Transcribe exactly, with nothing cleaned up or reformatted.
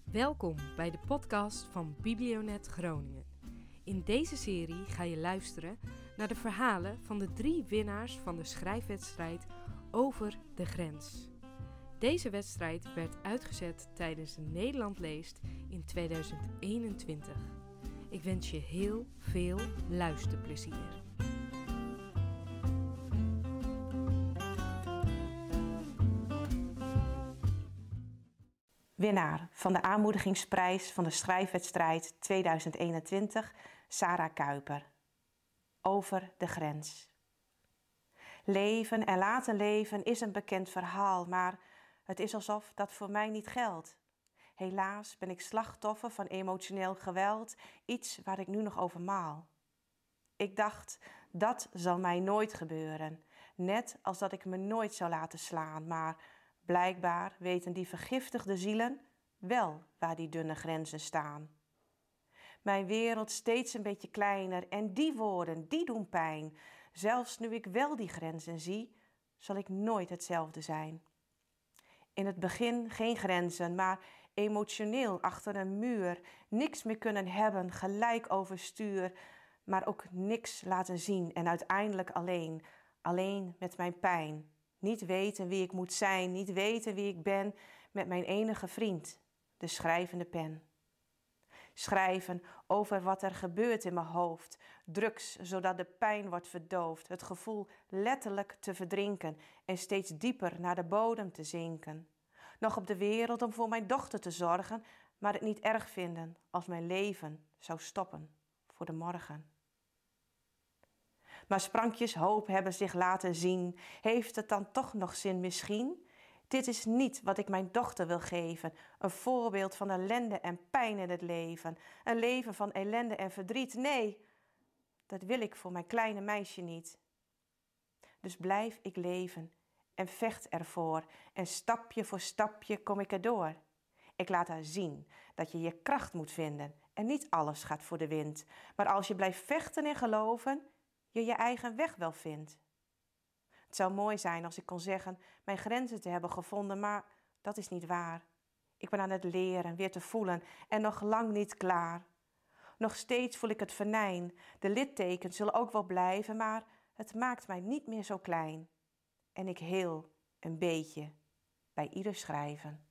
Welkom bij de podcast van Biblionet Groningen. In deze serie ga je luisteren naar de verhalen van de drie winnaars van de schrijfwedstrijd Over de Grens. Deze wedstrijd werd uitgezet tijdens de Nederland Leest in tweeduizend eenentwintig. Ik wens je heel veel luisterplezier. Winnaar van de aanmoedigingsprijs van de schrijfwedstrijd tweeduizend eenentwintig, Sarah Kuiper. Over de grens. Leven en laten leven is een bekend verhaal, maar het is alsof dat voor mij niet geldt. Helaas ben ik slachtoffer van emotioneel geweld, iets waar ik nu nog over maal. Ik dacht, dat zal mij nooit gebeuren, net als dat ik me nooit zou laten slaan, maar blijkbaar weten die vergiftigde zielen wel waar die dunne grenzen staan. Mijn wereld steeds een beetje kleiner en die woorden, die doen pijn. Zelfs nu ik wel die grenzen zie, zal ik nooit hetzelfde zijn. In het begin geen grenzen, maar emotioneel achter een muur. Niks meer kunnen hebben, gelijk overstuur, maar ook niks laten zien en uiteindelijk alleen. Alleen met mijn pijn. Niet weten wie ik moet zijn, niet weten wie ik ben met mijn enige vriend, de schrijvende pen. Schrijven over wat er gebeurt in mijn hoofd, drugs zodat de pijn wordt verdoofd, het gevoel letterlijk te verdrinken en steeds dieper naar de bodem te zinken. Nog op de wereld om voor mijn dochter te zorgen, maar het niet erg vinden als mijn leven zou stoppen voor de morgen. Maar sprankjes hoop hebben zich laten zien. Heeft het dan toch nog zin misschien? Dit is niet wat ik mijn dochter wil geven. Een voorbeeld van ellende en pijn in het leven. Een leven van ellende en verdriet. Nee, dat wil ik voor mijn kleine meisje niet. Dus blijf ik leven en vecht ervoor. En stapje voor stapje kom ik erdoor. Ik laat haar zien dat je je kracht moet vinden. En niet alles gaat voor de wind. Maar als je blijft vechten en geloven, je je eigen weg wel vindt. Het zou mooi zijn als ik kon zeggen mijn grenzen te hebben gevonden, maar dat is niet waar. Ik ben aan het leren weer te voelen en nog lang niet klaar. Nog steeds voel ik het venijn. De littekens zullen ook wel blijven, maar het maakt mij niet meer zo klein. En ik heel een beetje bij ieder schrijven.